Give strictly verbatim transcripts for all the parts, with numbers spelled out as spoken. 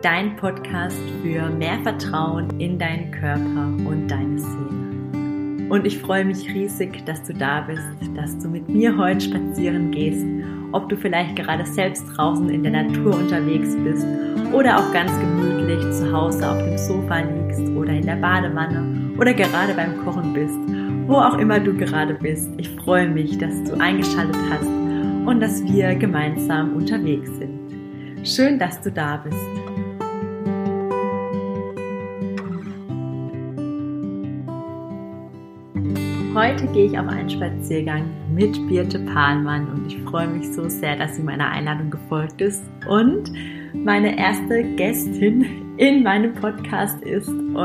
dein Podcast für mehr Vertrauen in deinen Körper und deine Seele. Und ich freue mich riesig, dass du da bist, dass du mit mir heute spazieren gehst, ob du vielleicht gerade selbst draußen in der Natur unterwegs bist oder auch ganz gemütlich zu Hause auf dem Sofa liegst oder in der Badewanne oder gerade beim Kochen bist, wo auch immer du gerade bist. Ich freue mich, dass du eingeschaltet hast und dass wir gemeinsam unterwegs sind. Schön, dass du da bist. Heute gehe ich auf einen Spaziergang mit Birte Pahlmann und ich freue mich so sehr, dass sie meiner Einladung gefolgt ist und meine erste Gästin in meinem Podcast ist.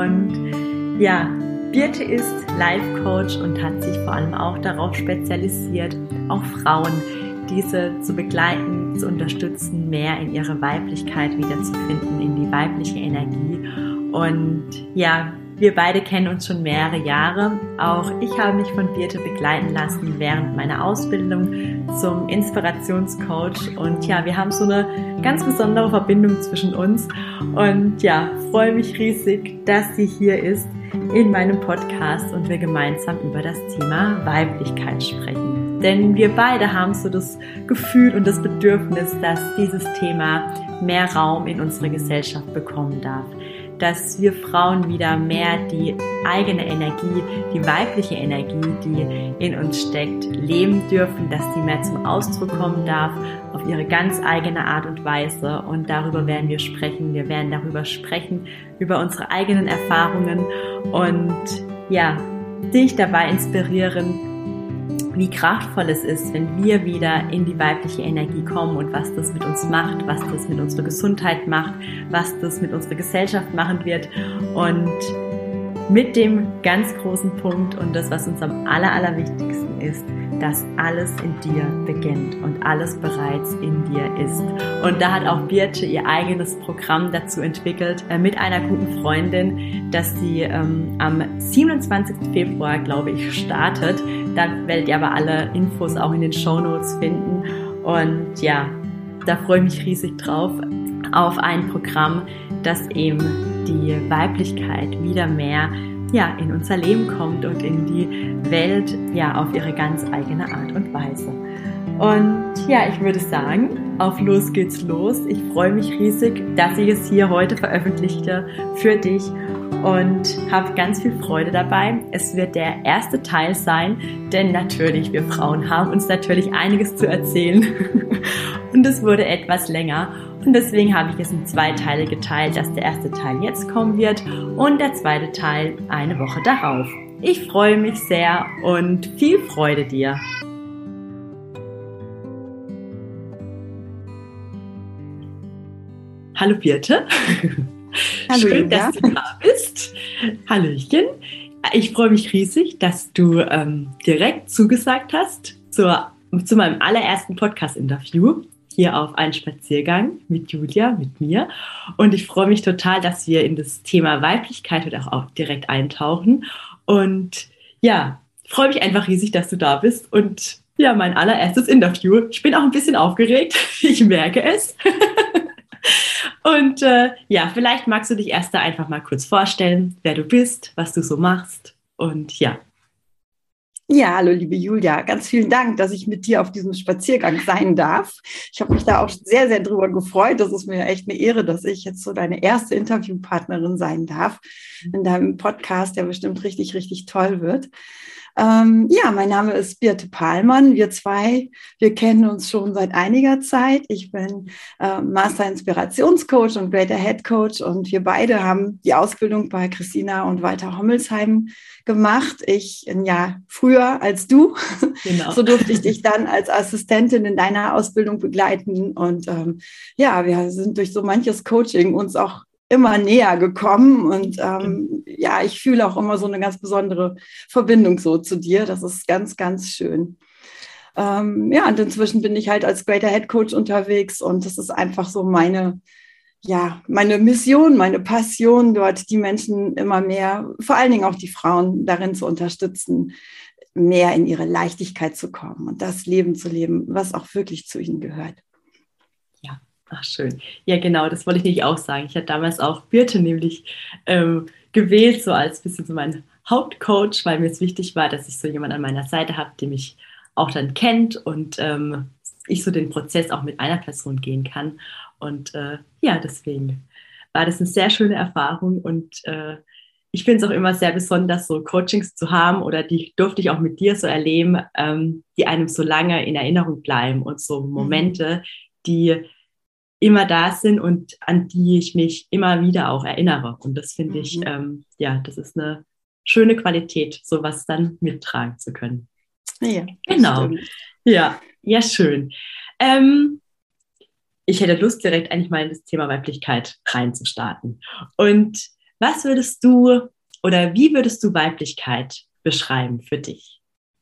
Und ja, Birte ist Life Coach und hat sich vor allem auch darauf spezialisiert, auch Frauen, diese zu begleiten, zu unterstützen, mehr in ihre Weiblichkeit wiederzufinden, in die weibliche Energie. Und ja, wir beide kennen uns schon mehrere Jahre. Auch ich habe mich von Birte begleiten lassen während meiner Ausbildung zum Inspirationscoach. Und ja, wir haben so eine ganz besondere Verbindung zwischen uns. Und ja, freue mich riesig, dass sie hier ist in meinem Podcast und wir gemeinsam über das Thema Weiblichkeit sprechen. Denn wir beide haben so das Gefühl und das Bedürfnis, dass dieses Thema mehr Raum in unserer Gesellschaft bekommen darf. Dass wir Frauen wieder mehr die eigene Energie, die weibliche Energie, die in uns steckt, leben dürfen, dass sie mehr zum Ausdruck kommen darf, auf ihre ganz eigene Art und Weise. Und darüber werden wir sprechen. Wir werden darüber sprechen, über unsere eigenen Erfahrungen und ja, dich dabei inspirieren, wie kraftvoll es ist, wenn wir wieder in die weibliche Energie kommen und was das mit uns macht, was das mit unserer Gesundheit macht, was das mit unserer Gesellschaft machen wird. Und mit dem ganz großen Punkt und das, was uns am aller, allerwichtigsten ist, dass alles in dir beginnt und alles bereits in dir ist. Und da hat auch Birte ihr eigenes Programm dazu entwickelt, äh, mit einer guten Freundin, dass sie ähm, am siebenundzwanzigsten Februar, glaube ich, startet. Da werdet ihr aber alle Infos auch in den Shownotes finden. Und ja, da freue ich mich riesig drauf, auf ein Programm, das eben die Weiblichkeit wieder mehr ja, in unser Leben kommt und in die Welt ja, auf ihre ganz eigene Art und Weise. Und ja, ich würde sagen, auf los geht's los. Ich freue mich riesig, dass ich es hier heute veröffentlichte für dich und habe ganz viel Freude dabei. Es wird der erste Teil sein, denn natürlich, wir Frauen haben uns natürlich einiges zu erzählen und es wurde etwas länger. Und deswegen habe ich es in zwei Teile geteilt, dass der erste Teil jetzt kommen wird und der zweite Teil eine Woche darauf. Ich freue mich sehr und viel Freude dir. Hallo Birte. Hallo, schön, dass du da bist. Hallöchen. Ich freue mich riesig, dass du ähm, direkt zugesagt hast zur, zu meinem allerersten Podcast-Interview. Hier auf einen Spaziergang mit Julia, mit mir. Und ich freue mich total, dass wir in das Thema Weiblichkeit heute auch direkt eintauchen. Und ja, freue mich einfach riesig, dass du da bist. Und ja, mein allererstes Interview. Ich bin auch ein bisschen aufgeregt. Ich merke es. Und äh, ja, vielleicht magst du dich erst da einfach mal kurz vorstellen, wer du bist, was du so machst. Und ja. Ja, hallo liebe Julia, ganz vielen Dank, dass ich mit dir auf diesem Spaziergang sein darf. Ich habe mich da auch sehr, sehr drüber gefreut. Das ist mir echt eine Ehre, dass ich jetzt so deine erste Interviewpartnerin sein darf in deinem Podcast, der bestimmt richtig, richtig toll wird. Ähm, ja, mein Name ist Birte Pahlmann. Wir zwei, wir kennen uns schon seit einiger Zeit. Ich bin äh, Master Inspirationscoach und Greater Head Coach und wir beide haben die Ausbildung bei Christina und Walter Hommelsheim gemacht. Ich ein Jahr früher als du. Genau. So durfte ich dich dann als Assistentin in deiner Ausbildung begleiten und ähm, ja, wir sind durch so manches Coaching uns auch immer näher gekommen und ähm, ja, ich fühle auch immer so eine ganz besondere Verbindung so zu dir. Das ist ganz, ganz schön. Ähm, ja, und inzwischen bin ich halt als Greater Head Coach unterwegs und das ist einfach so meine, ja, meine Mission, meine Passion, dort die Menschen immer mehr, vor allen Dingen auch die Frauen darin zu unterstützen, mehr in ihre Leichtigkeit zu kommen und das Leben zu leben, was auch wirklich zu ihnen gehört. Ja, Ach, schön. Ja, genau, das wollte ich nämlich auch sagen. Ich hatte damals auch Birte nämlich ähm, gewählt, so als bisschen so mein Hauptcoach, weil mir es wichtig war, dass ich so jemanden an meiner Seite habe, der mich auch dann kennt und ähm, ich so den Prozess auch mit einer Person gehen kann. Und äh, ja, deswegen war das eine sehr schöne Erfahrung und äh, ich finde es auch immer sehr besonders, so Coachings zu haben oder die durfte ich auch mit dir so erleben, ähm, die einem so lange in Erinnerung bleiben und so Mhm. Momente, die immer da sind und an die ich mich immer wieder auch erinnere. Und das finde ich, Mhm. ähm, ja, das ist eine schöne Qualität, sowas dann mittragen zu können. Ja, das Genau. stimmt. Ja, ja, schön. Ähm, ich hätte Lust, direkt eigentlich mal in das Thema Weiblichkeit reinzustarten. Und was würdest du oder wie würdest du Weiblichkeit beschreiben für dich?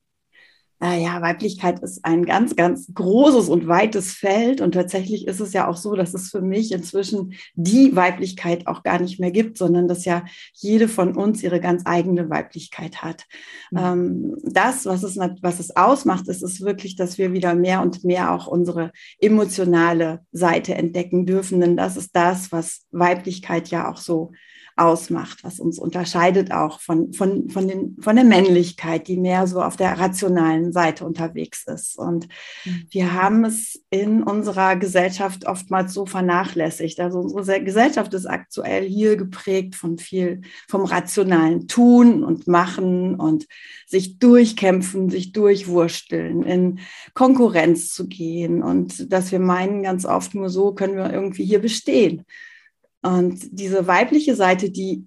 Äh, ja, Weiblichkeit ist ein ganz, ganz großes und weites Feld. Und tatsächlich ist es ja auch so, dass es für mich inzwischen die Weiblichkeit auch gar nicht mehr gibt, sondern dass ja jede von uns ihre ganz eigene Weiblichkeit hat. Mhm. Ähm, das, was es, was es ausmacht, ist es wirklich, dass wir wieder mehr und mehr auch unsere emotionale Seite entdecken dürfen. Denn das ist das, was Weiblichkeit ja auch so ausmacht, was uns unterscheidet auch von, von, von, den, von der Männlichkeit, die mehr so auf der rationalen Seite unterwegs ist. Und wir haben es in unserer Gesellschaft oftmals so vernachlässigt. Also unsere Gesellschaft ist aktuell hier geprägt von viel vom rationalen Tun und Machen und sich durchkämpfen, sich durchwursteln, in Konkurrenz zu gehen und dass wir meinen, ganz oft nur so können wir irgendwie hier bestehen. Und diese weibliche Seite, die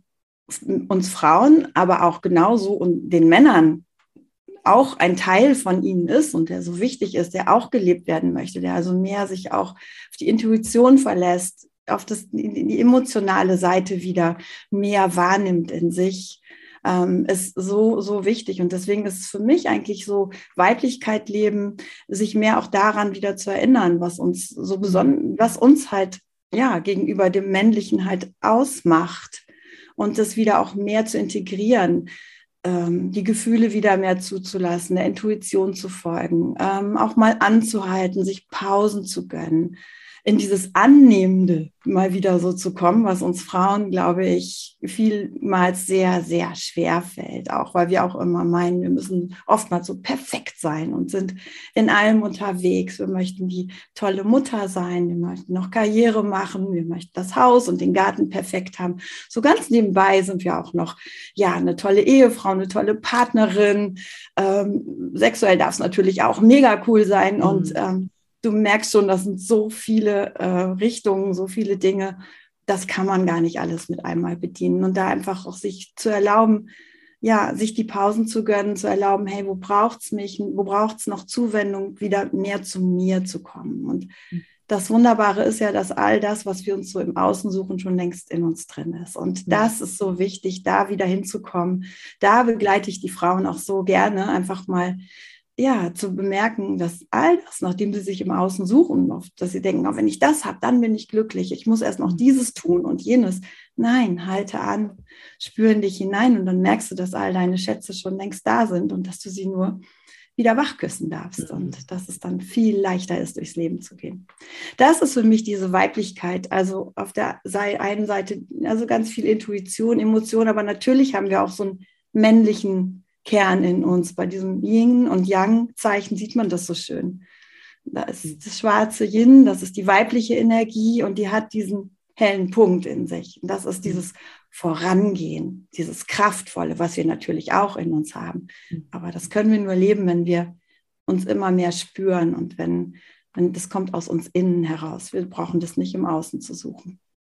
uns Frauen, aber auch genauso und den Männern auch ein Teil von ihnen ist und der so wichtig ist, der auch gelebt werden möchte, der also mehr sich auch auf die Intuition verlässt, auf das, die emotionale Seite wieder mehr wahrnimmt in sich, ähm, ist so, so wichtig. Und deswegen ist es für mich eigentlich so, Weiblichkeit leben, sich mehr auch daran wieder zu erinnern, was uns so besonders, was uns halt ja, gegenüber dem Männlichen halt ausmacht und das wieder auch mehr zu integrieren, ähm, die Gefühle wieder mehr zuzulassen, der Intuition zu folgen, ähm, auch mal anzuhalten, sich Pausen zu gönnen, in dieses Annehmende mal wieder so zu kommen, was uns Frauen, glaube ich, vielmals sehr, sehr schwer fällt, auch weil wir auch immer meinen, wir müssen oftmals so perfekt sein und sind in allem unterwegs. Wir möchten die tolle Mutter sein, wir möchten noch Karriere machen, wir möchten das Haus und den Garten perfekt haben. So ganz nebenbei sind wir auch noch, ja, eine tolle Ehefrau, eine tolle Partnerin. Ähm, sexuell darf es natürlich auch mega cool sein und Mhm. ähm, du merkst schon, das sind so viele äh, Richtungen, so viele Dinge, das kann man gar nicht alles mit einmal bedienen. Und da einfach auch sich zu erlauben, ja, sich die Pausen zu gönnen, zu erlauben, hey, wo braucht's mich, wo braucht's noch Zuwendung, wieder mehr zu mir zu kommen. Und das Wunderbare ist ja, dass all das, was wir uns so im Außen suchen, schon längst in uns drin ist. Und das ist so wichtig, da wieder hinzukommen. Da begleite ich die Frauen auch so gerne, einfach mal ja, zu bemerken, dass all das, nachdem sie sich im Außen suchen, oft, dass sie denken, oh, wenn ich das habe, dann bin ich glücklich. Ich muss erst noch dieses tun und jenes. Nein, halte an, spüre in dich hinein und dann merkst du, dass all deine Schätze schon längst da sind und dass du sie nur wieder wachküssen darfst Mhm. und dass es dann viel leichter ist, durchs Leben zu gehen. Das ist für mich diese Weiblichkeit, also auf der einen Seite, also ganz viel Intuition, Emotion, aber natürlich haben wir auch so einen männlichen Kern in uns. Bei diesem Yin und Yang-Zeichen sieht man das so schön. Da ist das schwarze Yin, das ist die weibliche Energie und die hat diesen hellen Punkt in sich. Und das ist dieses Vorangehen, dieses Kraftvolle, was wir natürlich auch in uns haben. Aber das können wir nur leben, wenn wir uns immer mehr spüren und wenn, wenn das kommt aus uns innen heraus. Wir brauchen das nicht im Außen zu suchen.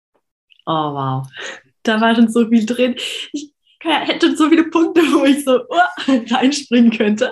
Oh, wow. Da war schon so viel drin. Ich hätte so viele Punkte, wo ich so uh, reinspringen könnte.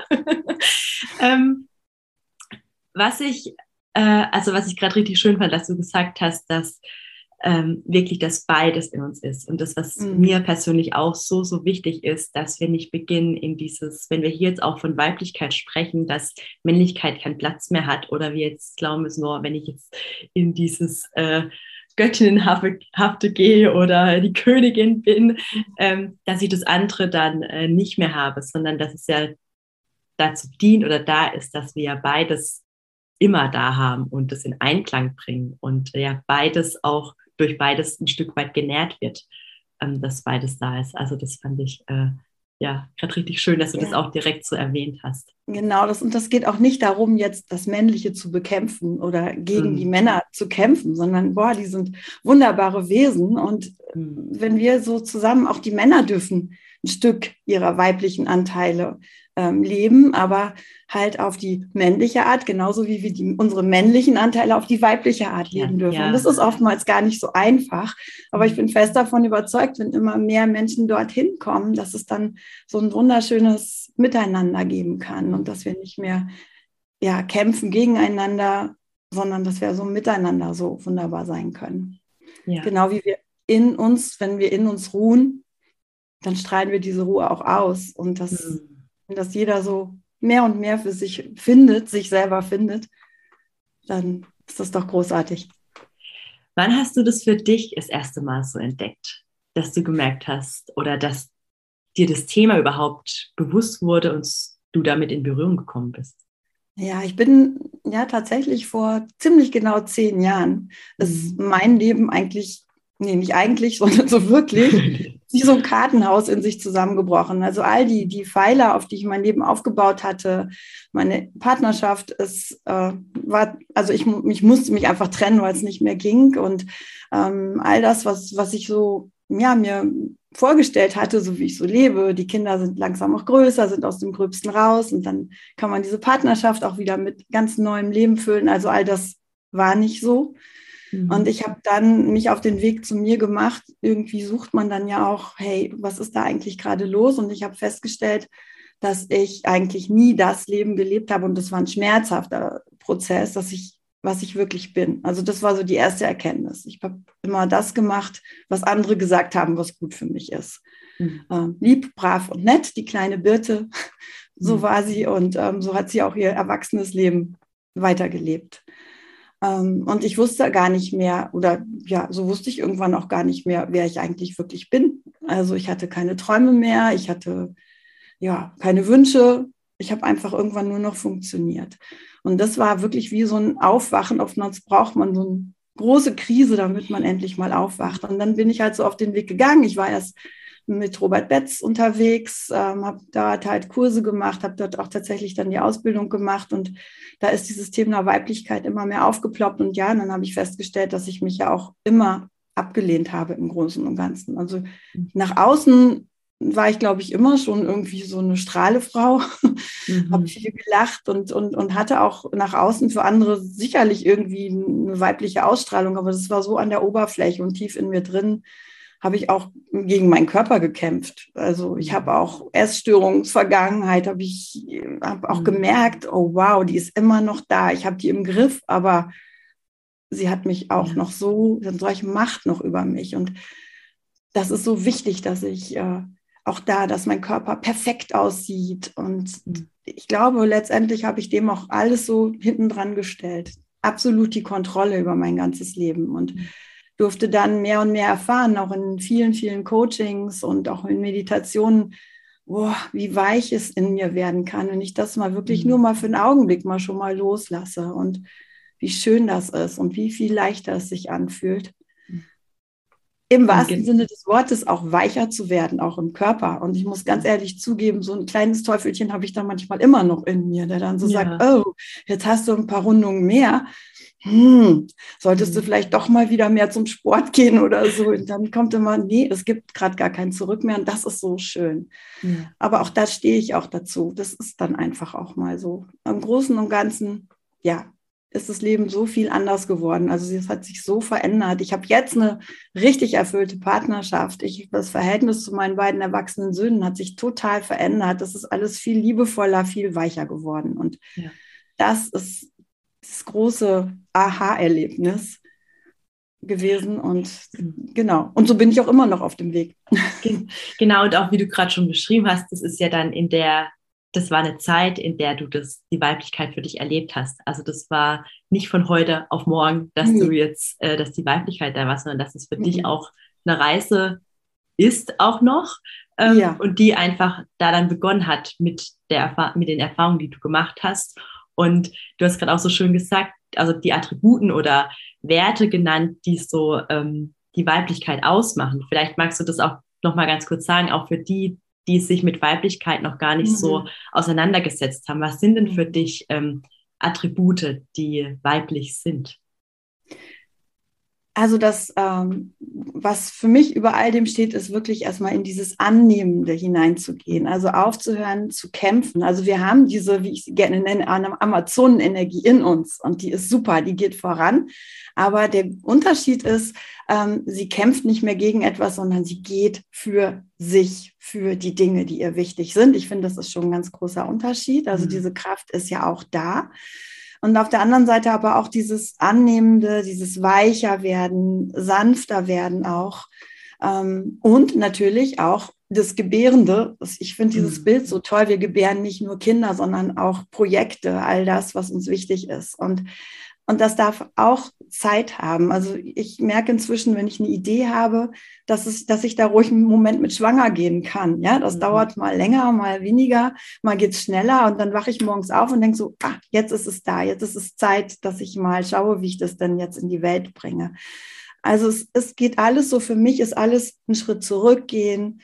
ähm, was ich, äh, also was ich gerade richtig schön fand, dass du gesagt hast, dass ähm, wirklich das beides in uns ist. Und das, was mir Mhm. persönlich auch so, so wichtig ist, dass wir nicht beginnen in dieses, wenn wir hier jetzt auch von Weiblichkeit sprechen, dass Männlichkeit keinen Platz mehr hat oder wir jetzt glauben müssen, nur wenn ich jetzt in dieses äh, Göttinnenhafte gehe oder die Königin bin, ähm, dass ich das andere dann äh, nicht mehr habe, sondern dass es ja dazu dient oder da ist, dass wir ja beides immer da haben und das in Einklang bringen und ja beides auch durch beides ein Stück weit genährt wird, ähm, dass beides da ist. Also das fand ich äh, ja gerade richtig schön, dass du Ja. das auch direkt so erwähnt hast. Genau, das, und das geht auch nicht darum, jetzt das Männliche zu bekämpfen oder gegen die Mhm. Männer zu kämpfen, sondern boah, die sind wunderbare Wesen. Und Mhm. wenn wir so zusammen, auch die Männer dürfen ein Stück ihrer weiblichen Anteile ähm, leben, aber halt auf die männliche Art, genauso wie wir die, unsere männlichen Anteile auf die weibliche Art Ja, leben dürfen. ja. Und das ist oftmals gar nicht so einfach. Aber ich Mhm. bin fest davon überzeugt, wenn immer mehr Menschen dorthin kommen, dass es dann so ein wunderschönes Miteinander geben kann und dass wir nicht mehr ja, kämpfen gegeneinander, sondern dass wir so miteinander so wunderbar sein können. Ja. Genau wie wir in uns, wenn wir in uns ruhen, dann strahlen wir diese Ruhe auch aus. Und das, Mhm. wenn das jeder so mehr und mehr für sich findet, sich selber findet, dann ist das doch großartig. Wann hast du das für dich das erste Mal so entdeckt, dass du gemerkt hast oder dass dir das Thema überhaupt bewusst wurde und du damit in Berührung gekommen bist? Ja, ich bin ja tatsächlich vor ziemlich genau zehn Jahren ist Mhm. mein Leben eigentlich, nee, nicht eigentlich, sondern so wirklich wie so ein Kartenhaus in sich zusammengebrochen. Also all die, die Pfeiler, auf die ich mein Leben aufgebaut hatte, meine Partnerschaft, es äh, war, also ich, ich musste mich einfach trennen, weil es nicht mehr ging. Und ähm, all das, was, was ich so ja, mir vorgestellt hatte, so wie ich so lebe, die Kinder sind langsam auch größer, sind aus dem Gröbsten raus und dann kann man diese Partnerschaft auch wieder mit ganz neuem Leben füllen. Also all das war nicht so. Mhm. Und ich habe dann mich auf den Weg zu mir gemacht. Irgendwie sucht man dann ja auch, hey, was ist da eigentlich gerade los? Und ich habe festgestellt, dass ich eigentlich nie das Leben gelebt habe. Und das war ein schmerzhafter Prozess, dass ich, was ich wirklich bin. Also das war so die erste Erkenntnis. Ich habe immer das gemacht, was andere gesagt haben, was gut für mich ist. Mhm. Ähm, lieb, brav und nett, die kleine Birte, so Mhm. war sie. Und ähm, so hat sie auch ihr erwachsenes Leben weitergelebt. Ähm, und ich wusste gar nicht mehr, oder ja, so wusste ich irgendwann auch gar nicht mehr, wer ich eigentlich wirklich bin. Also ich hatte keine Träume mehr, ich hatte ja keine Wünsche. Ich habe einfach irgendwann nur noch funktioniert. Und das war wirklich wie so ein Aufwachen. Oftmals braucht man so eine große Krise, damit man endlich mal aufwacht. Und dann bin ich halt so auf den Weg gegangen. Ich war erst mit Robert Betz unterwegs, ähm, habe dort halt Kurse gemacht, habe dort auch tatsächlich dann die Ausbildung gemacht und da ist dieses Thema Weiblichkeit immer mehr aufgeploppt und ja, und dann habe ich festgestellt, dass ich mich ja auch immer abgelehnt habe im Großen und Ganzen. Also nach außen war ich, glaube ich, immer schon irgendwie so eine Strahlefrau, mhm. habe viel gelacht und, und, und hatte auch nach außen für andere sicherlich irgendwie eine weibliche Ausstrahlung, aber das war so an der Oberfläche und tief in mir drin, habe ich auch gegen meinen Körper gekämpft. Also ich habe auch Essstörungsvergangenheit, habe ich hab auch mhm. gemerkt, oh wow, die ist immer noch da. Ich habe die im Griff, aber sie hat mich auch ja. noch so, hat solche Macht noch über mich. Und das ist so wichtig, dass ich äh, auch da, dass mein Körper perfekt aussieht. Und mhm. ich glaube, letztendlich habe ich dem auch alles so hinten dran gestellt. Absolut die Kontrolle über mein ganzes Leben. Und mhm. durfte dann mehr und mehr erfahren, auch in vielen, vielen Coachings und auch in Meditationen, boah, wie weich es in mir werden kann, wenn ich das mal wirklich mhm. nur mal für einen Augenblick mal schon mal loslasse und wie schön das ist und wie viel leichter es sich anfühlt. Im wahrsten okay. Sinne des Wortes auch weicher zu werden, auch im Körper. Und ich muss ganz ehrlich zugeben, so ein kleines Teufelchen habe ich da manchmal immer noch in mir, der dann so ja. sagt, oh, jetzt hast du ein paar Rundungen mehr. Hm, solltest du vielleicht doch mal wieder mehr zum Sport gehen oder so. Und dann kommt immer, nee, es gibt gerade gar kein Zurück mehr und das ist so schön. Ja. Aber auch da stehe ich auch dazu. Das ist dann einfach auch mal so. Im Großen und Ganzen, ja, ist das Leben so viel anders geworden. Also es hat sich so verändert. Ich habe jetzt eine richtig erfüllte Partnerschaft. Ich, das Verhältnis zu meinen beiden erwachsenen Söhnen hat sich total verändert. Das ist alles viel liebevoller, viel weicher geworden. Und ja. das ist das große Aha-Erlebnis gewesen und genau. Und so bin ich auch immer noch auf dem Weg. Genau, und auch wie du gerade schon beschrieben hast, das ist ja dann in der, das war eine Zeit, in der du das, die Weiblichkeit für dich erlebt hast. Also das war nicht von heute auf morgen, dass nee. du jetzt, äh, dass die Weiblichkeit da war, sondern dass es für nee. dich auch eine Reise ist auch noch ähm, ja. und die einfach da dann begonnen hat mit, der, mit den Erfahrungen, die du gemacht hast. Und du hast gerade auch so schön gesagt, also die Attributen oder Werte genannt, die so ähm, die Weiblichkeit ausmachen. Vielleicht magst du das auch nochmal ganz kurz sagen, auch für die, die sich mit Weiblichkeit noch gar nicht mhm. so auseinandergesetzt haben. Was sind denn für dich ähm, Attribute, die weiblich sind? Also das, ähm, was für mich über all dem steht, ist wirklich erstmal in dieses Annehmende hineinzugehen, also aufzuhören zu kämpfen. Also wir haben diese, wie ich sie gerne nenne, Amazonenenergie in uns und die ist super, die geht voran. Aber der Unterschied ist, ähm, sie kämpft nicht mehr gegen etwas, sondern sie geht für sich, für die Dinge, die ihr wichtig sind. Ich finde, das ist schon ein ganz großer Unterschied. Also mhm. diese Kraft ist ja auch da. Und auf der anderen Seite aber auch dieses Annehmende, dieses weicher werden, sanfter werden auch. Ähm, und natürlich auch das Gebärende. Ich finde dieses mhm. Bild so toll. Wir gebären nicht nur Kinder, sondern auch Projekte, all das, was uns wichtig ist. Und, und das darf auch Zeit haben. Also ich merke inzwischen, wenn ich eine Idee habe, dass, es, dass ich da ruhig einen Moment mit schwanger gehen kann. Ja, das mhm. dauert mal länger, mal weniger, mal geht's schneller und dann wache ich morgens auf und denke so, ah, jetzt ist es da, jetzt ist es Zeit, dass ich mal schaue, wie ich das denn jetzt in die Welt bringe. Also es, es geht alles so, für mich ist alles ein Schritt zurückgehen,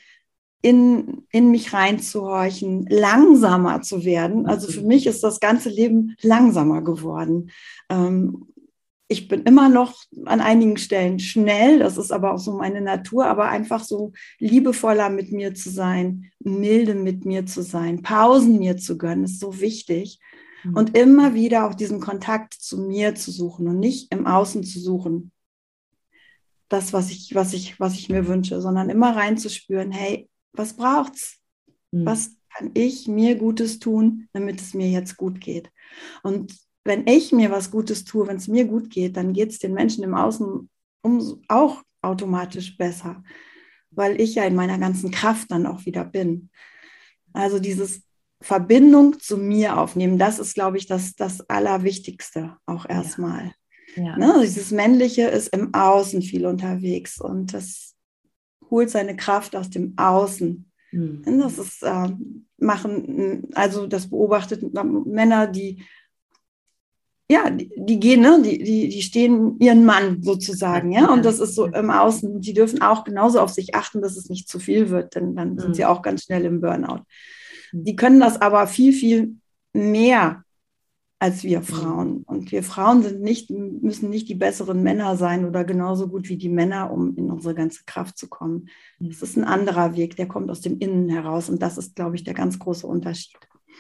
in, in mich reinzuhorchen, langsamer zu werden. Also für mich ist das ganze Leben langsamer geworden. Ähm, Ich bin immer noch an einigen Stellen schnell, das ist aber auch so meine Natur, aber einfach so liebevoller mit mir zu sein, milde mit mir zu sein, Pausen mir zu gönnen, ist so wichtig. Mhm. Und immer wieder auch diesen Kontakt zu mir zu suchen und nicht im Außen zu suchen, das, was ich, was ich, was ich mir wünsche, sondern immer reinzuspüren, hey, was braucht's? Mhm. Was kann ich mir Gutes tun, damit es mir jetzt gut geht? Und wenn ich mir was Gutes tue, wenn es mir gut geht, dann geht es den Menschen im Außen um, auch automatisch besser, weil ich ja in meiner ganzen Kraft dann auch wieder bin. Also dieses Verbindung zu mir aufnehmen, das ist, glaube ich, das, das Allerwichtigste auch erstmal. Ja. Ja. Ne? Dieses Männliche ist im Außen viel unterwegs und das holt seine Kraft aus dem Außen. Mhm. Das ist, äh, machen, also das beobachtet Männer, die Ja, die, die gehen, ne, die, die, die stehen ihren Mann sozusagen, ja, und das ist so im Außen. Die dürfen auch genauso auf sich achten, dass es nicht zu viel wird, denn dann sind mhm. sie auch ganz schnell im Burnout. Die können das aber viel, viel mehr als wir Frauen. Und wir Frauen sind nicht, müssen nicht die besseren Männer sein oder genauso gut wie die Männer, um in unsere ganze Kraft zu kommen. Es ist ein anderer Weg, der kommt aus dem Innen heraus und das ist, glaube ich, der ganz große Unterschied.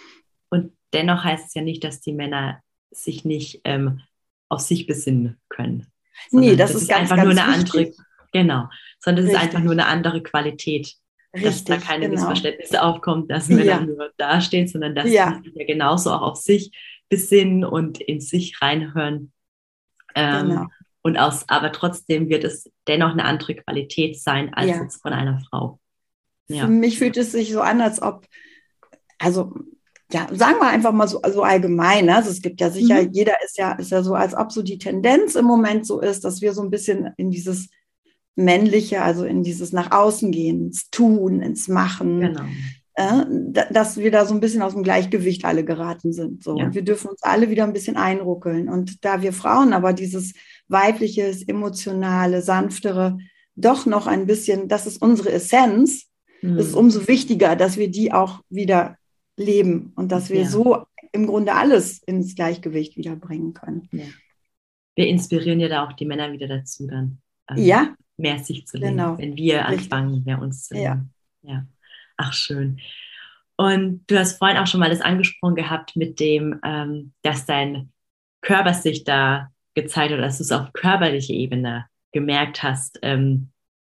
Und dennoch heißt es ja nicht, dass die Männer sich nicht ähm, auf sich besinnen können. Nee, das, das ist, ist ganz, einfach ganz nur eine wichtig. andere, genau, sondern es Richtig. ist einfach nur eine andere Qualität. Richtig, dass da keine genau. Missverständnisse aufkommen, dass Männer ja. nur dastehen, sondern dass ja. sie ja genauso auch auf sich besinnen und in sich reinhören. Ähm, genau. Und aus, aber trotzdem wird es dennoch eine andere Qualität sein als ja. jetzt von einer Frau. Ja. Für mich fühlt es sich so an, als ob, also ja, sagen wir einfach mal so, so allgemein, ne? Also es gibt ja sicher, mhm. jeder ist ja, ist ja so, als ob so die Tendenz im Moment so ist, dass wir so ein bisschen in dieses Männliche, also in dieses nach außen gehen, ins Tun, ins Machen, genau. äh, dass wir da so ein bisschen aus dem Gleichgewicht alle geraten sind. So. Ja. Und wir dürfen uns alle wieder ein bisschen einruckeln. Und da wir Frauen aber dieses weibliche, emotionale, sanftere, doch noch ein bisschen, das ist unsere Essenz, mhm. ist es umso wichtiger, dass wir die auch wieder leben und dass wir ja. so im Grunde alles ins Gleichgewicht wieder bringen können. Ja. Wir inspirieren ja da auch die Männer wieder dazu, dann ähm, ja. mehr sich zu leben, genau. wenn wir Richtig. anfangen, mehr uns zu leben. Ja. Ja. Ach, schön. Und du hast vorhin auch schon mal das angesprochen gehabt mit dem, ähm, dass dein Körper sich da gezeigt hat, dass du es auf körperlicher Ebene gemerkt hast, ähm,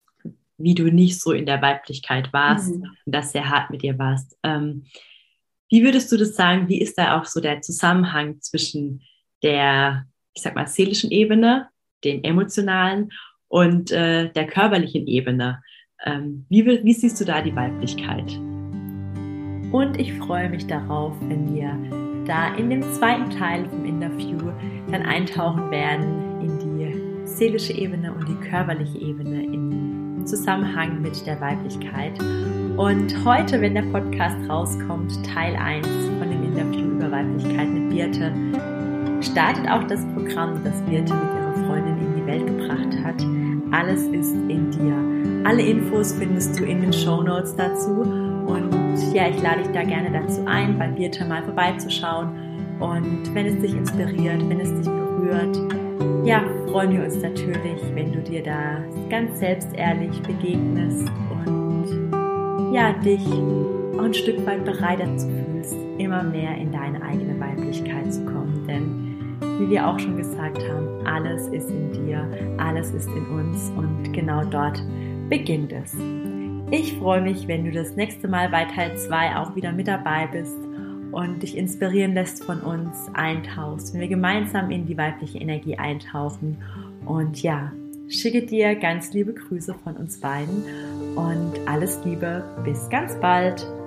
wie du nicht so in der Weiblichkeit warst mhm. und dass sehr hart mit dir warst. Ähm, Wie würdest du das sagen, wie ist da auch so der Zusammenhang zwischen der, ich sag mal, seelischen Ebene, dem emotionalen und äh, der körperlichen Ebene? Ähm, wie, wie siehst du da die Weiblichkeit? Und ich freue mich darauf, wenn wir da in dem zweiten Teil vom Interview dann eintauchen werden in die seelische Ebene und die körperliche Ebene im Zusammenhang mit der Weiblichkeit. Und heute, wenn der Podcast rauskommt, Teil eins von dem Interview über Weiblichkeit mit Birte startet auch das Programm, das Birte mit ihrer Freundin in die Welt gebracht hat. Alles ist in dir. Alle Infos findest du in den Shownotes dazu. Und ja, ich lade dich da gerne dazu ein, bei Birte mal vorbeizuschauen. Und wenn es dich inspiriert, wenn es dich berührt, ja, freuen wir uns natürlich, wenn du dir da ganz selbstehrlich begegnest und ja, dich auch ein Stück weit bereit dazu fühlst, immer mehr in deine eigene Weiblichkeit zu kommen. Denn wie wir auch schon gesagt haben, alles ist in dir, alles ist in uns und genau dort beginnt es. Ich freue mich, wenn du das nächste Mal bei Teil zwei auch wieder mit dabei bist und dich inspirieren lässt von uns, eintauchst, wenn wir gemeinsam in die weibliche Energie eintauchen. Und ja, schicke dir ganz liebe Grüße von uns beiden und alles Liebe, bis ganz bald.